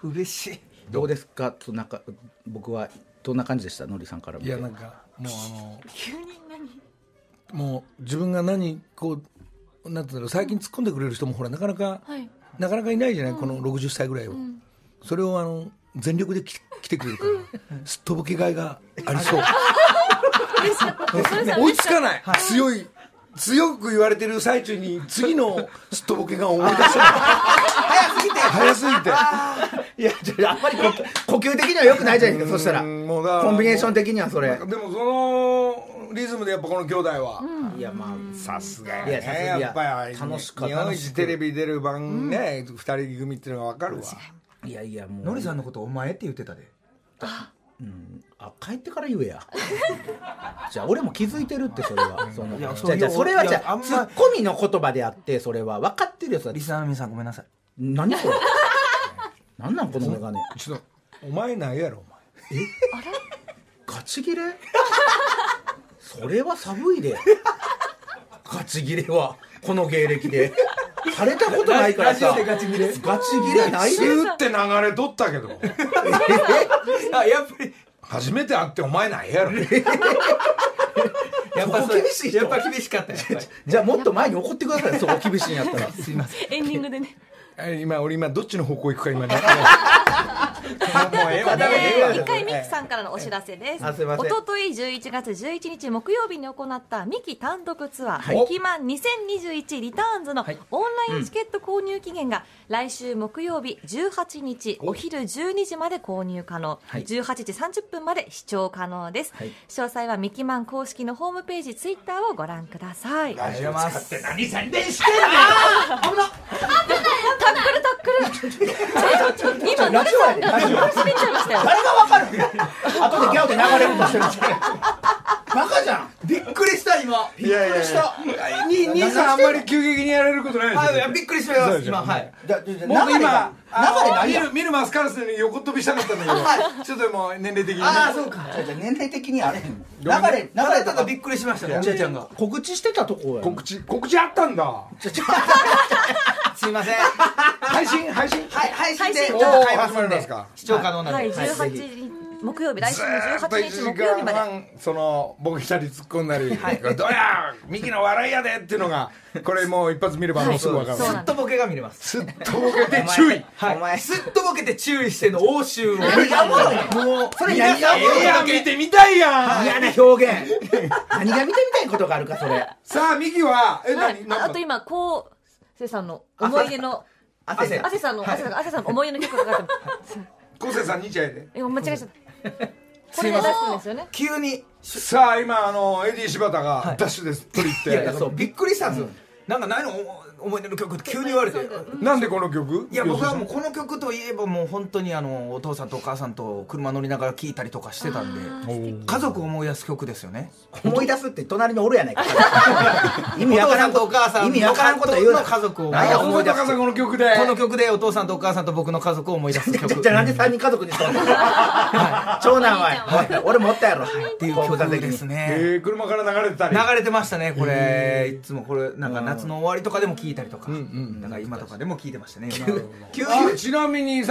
嬉しい。 どうですか僕はどんな感じでしたノリさんから見て。 いやなんかもう急にもう自分がこうなんていうの最近突っ込んでくれる人もほらなかなかいないじゃないこの60歳ぐらいを。それを全力で来てくれるからすっとぼけがいがありそう。追いつかない強く言われてる最中に次のすっとぼけが思い出せない。早すぎていやあんまり呼吸的には良くないじゃないですか。そしたらもうコンビネーション的にはそれでもそのリズムでやっぱこの兄弟は、 いやまあさすがやねやっぱり楽しかった。 日本一テレビ出る番ね2人組っていうのが分かるわ。 いやもうノリさんのことお前って言ってたで。 帰ってから言えや。じゃあ俺も気づいてるってそれは。じゃあそれはじゃあツッコミの言葉であってそれは分かってるよ。 リスナーの皆さんごめんなさい。 何それ。何なんこのメガネ。 ちょっとお前ないやろお前。 ガチギレ。それは寒いで。ガチギレはこの芸歴でされたことないからさ。 ガチギレないで。 スーって流れとったけど。 やっぱり初めて会ってお前ないやろ。 やっぱ厳しい。やっぱ厳しかったよ。 じゃあもっと前に怒ってください。そこ厳しいんやったら。 すいません。 エンディングでね。 俺どっちの方向行くか今ね。 一回ミキさんからのお知らせです。おととい11月11日木曜日に行ったミキ単独ツアー、ミキマン2021リターンズのオンラインチケット購入期限が来週木曜日18日お昼12時まで購入可能、18時30分まで視聴可能です。詳細はミキマン公式のホームページツイッターをご覧ください。 ラジオ使って何宣伝してんの。 タックル今ノリさんが滑っちゃいましたよ。 誰が分かる。後でギャオで流れるとしてるんですけどバカじゃん。 びっくりした今いやいやいや兄さんあんまり急激にやれることないですよ。 びっくりしました今。はい。 僕今見るマスカラスに横飛びしたかったんだけど、ちょっともう年齢的にね。 ああそうか。年齢的にあれへん。流れとかびっくりしましたね。お姉ちゃんが告知してたとこや。 告知あったんだ。 すいません。 配信でちょっと買いますんで視聴可能なんで。 はい、18日木曜日、来週の18日木曜日まで。 そのボケたり突っ込んだり、どやミキの笑いやでっていうのがこれもう一発見ればもうすぐ分かる。 すっとボケが見れます。 すっとボケて注意。 お前すっとボケて注意しての応酬を。 何がおもろいもうそれ何がおもろいや見てみたいやん。 嫌な表現。何が見てみたいことがあるかそれ。 さあミキはあと今こうせいさんの思い出の亜生さんの思い出の曲がかかってます。 昴生さん日夜で。 間違えちゃった。これで出すんですよね。 急に。 さあ今エディ柴田がダッシュです取り行って。そうびっくりしたんですよ。なんかないの思い出の曲って急に言われて。 なんでこの曲？ いや僕はもうこの曲といえばもう本当にお父さんとお母さんと車乗りながら聴いたりとかしてたんで、家族を思い出す曲ですよね。 思い出すって隣におるやないか。 意味わからんとお母さん意味わからんこと言うの家族を思い出す。この曲でお父さんとお母さんと僕の家族を思い出す曲。 じゃあなんで3人家族にしたんですか。長男は俺もおったやろっていう曲ですね。 車から流れてたり。 流れてましたねこれ。いつもこれなんか夏の終わりとかでも聴いたりとか。だから今とかでも聞いてましたね。 ちなみに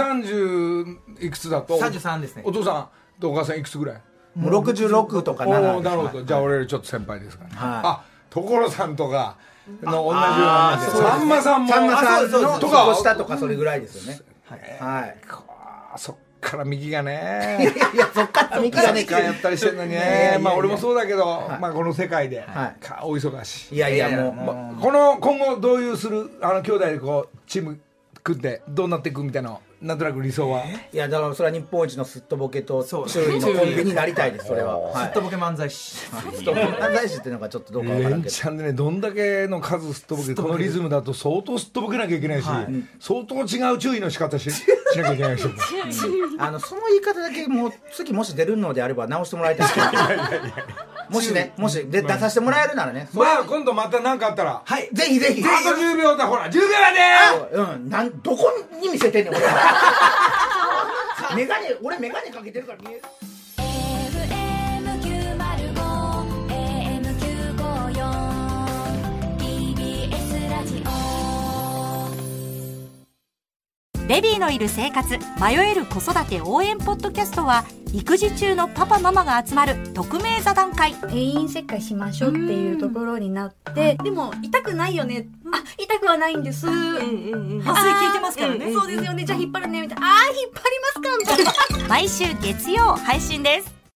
30いくつだと 33ですね。 お父さんとお母さんいくつぐらい？ もう66とか7。 なるほど。じゃあ俺よりちょっと先輩ですからね。あ、所さんとかの同じような。さんまさんもとか下とかそれぐらいですよね。はい。 そっから右がね。 いやそっから右がね。 やったりしてんのにね。まあ俺もそうだけど、まあこの世界でお忙しい。 いやもうこの今後どういうする兄弟でこうチーム組んでどうなっていくみたいななんとなく理想は。 いやだからそれは日本一のすっとぼけと周囲のコンビになりたいです。それはすっとぼけ漫才師。 すっとぼけ漫才師っていうのがちょっとどうかわからんけど。 連チャンでねどんだけの数すっとぼけこのリズムだと相当すっとぼけなきゃいけないし、相当違う注意の仕方しなきゃいけないし。 その言い方だけもう次もし出るのであれば直してもらいたい。もし出させてもらえるならね。 まあ今度また何かあったらぜひぜひ。 あと10秒だほら10秒やで。どこに見せてんねん俺。俺メガネかけてるから見える。 ベビーのいる生活迷える子育て応援ポッドキャストは育児中のパパママが集まる匿名座談会。 定員切開しましょうっていうところになって、でも痛くないよね、痛くはないんです、 麻酔効いてますからね、 そうですよね、じゃあ引っ張るねみたいな、引っ張りますかみたいな。 毎週月曜配信です。